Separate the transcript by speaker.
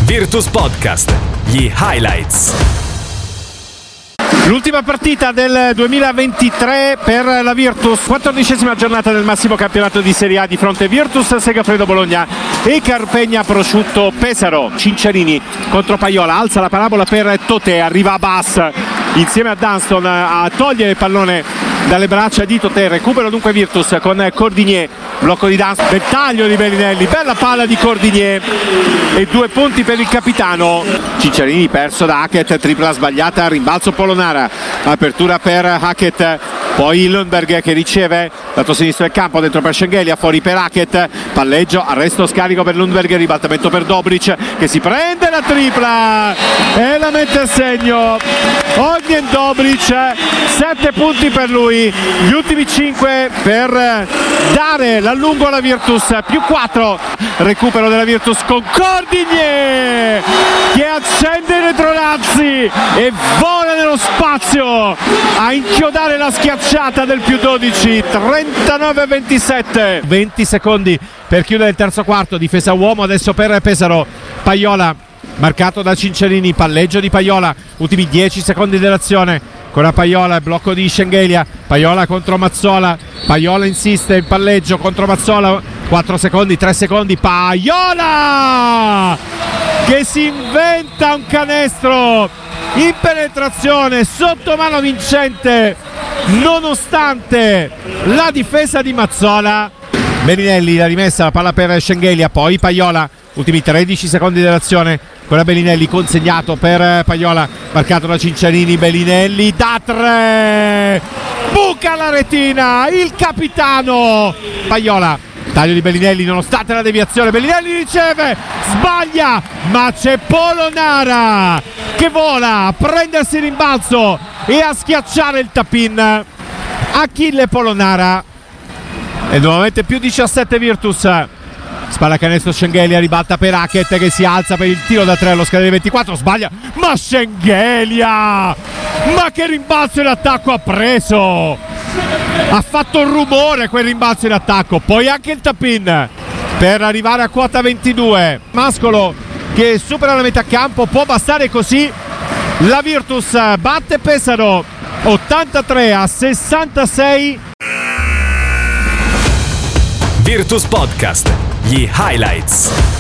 Speaker 1: Virtus Podcast, gli highlights.
Speaker 2: L'ultima partita del 2023 per la Virtus, 14ª giornata del massimo campionato di Serie A di fronte Virtus Segafredo Bologna e Carpegna Prosciutto Pesaro. Cinciarini contro Paiola, alza la parabola per Totè, arriva a Bass insieme a Dunston a togliere il pallone dalle braccia di Totè. Recupero dunque Virtus con Cordigné, blocco di Dunston, bel taglio di Bellinelli, bella palla di Cordigné e 2 punti per il capitano. Cinciarini perso da Hackett, tripla sbagliata, rimbalzo Polonara, apertura per Hackett, poi Lundberg che riceve lato sinistro del campo, dentro per Schengelia, fuori per Hackett, palleggio, arresto scarico per Lundberg, ribaltamento per Dobric che si prende la tripla e la mette a segno. Ognjen Dobric, 7 punti per lui, gli ultimi 5 per dare l'allungo alla Virtus, più 4. Recupero della Virtus con Cordigné che accende i retrorazzi e vola nello spazio a inchiodare la schiacciata del più 12, 39-27. 20 secondi per chiudere il terzo quarto, difesa uomo adesso per Pesaro. Paiola marcato da Cinciarini, palleggio di Paiola, ultimi 10 secondi dell'azione. Ancora Paiola, blocco di Schengelia, Paiola contro Mazzola, Paiola insiste, il palleggio contro Mazzola, 4 secondi, 3 secondi, Paiola che si inventa un canestro in penetrazione sotto mano vincente nonostante la difesa di Mazzola. Bellinelli, la rimessa, la palla per Schengelia, poi Paiola, ultimi 13 secondi dell'azione. Ancora Bellinelli, consegnato per Paiola, marcato da Cinciarini, Bellinelli da 3, buca la retina il capitano. Paiola, taglio di Bellinelli nonostante la deviazione, Bellinelli riceve, sbaglia, ma c'è Polonara che vola a prendersi il rimbalzo e a schiacciare il tap-in. Achille Polonara e nuovamente più 17 Virtus. Spalla canestro Schengelia, ribalta per Hackett che si alza per il tiro da 3 allo scadere 24, sbaglia, ma Schengelia, ma che rimbalzo in attacco ha preso, ha fatto un rumore quel rimbalzo in attacco. Poi anche il tap-in per arrivare a quota 22. Mascolo che supera la metà campo, può bastare così. La Virtus batte Pesaro 83-66.
Speaker 1: Virtus Podcast, gli highlights.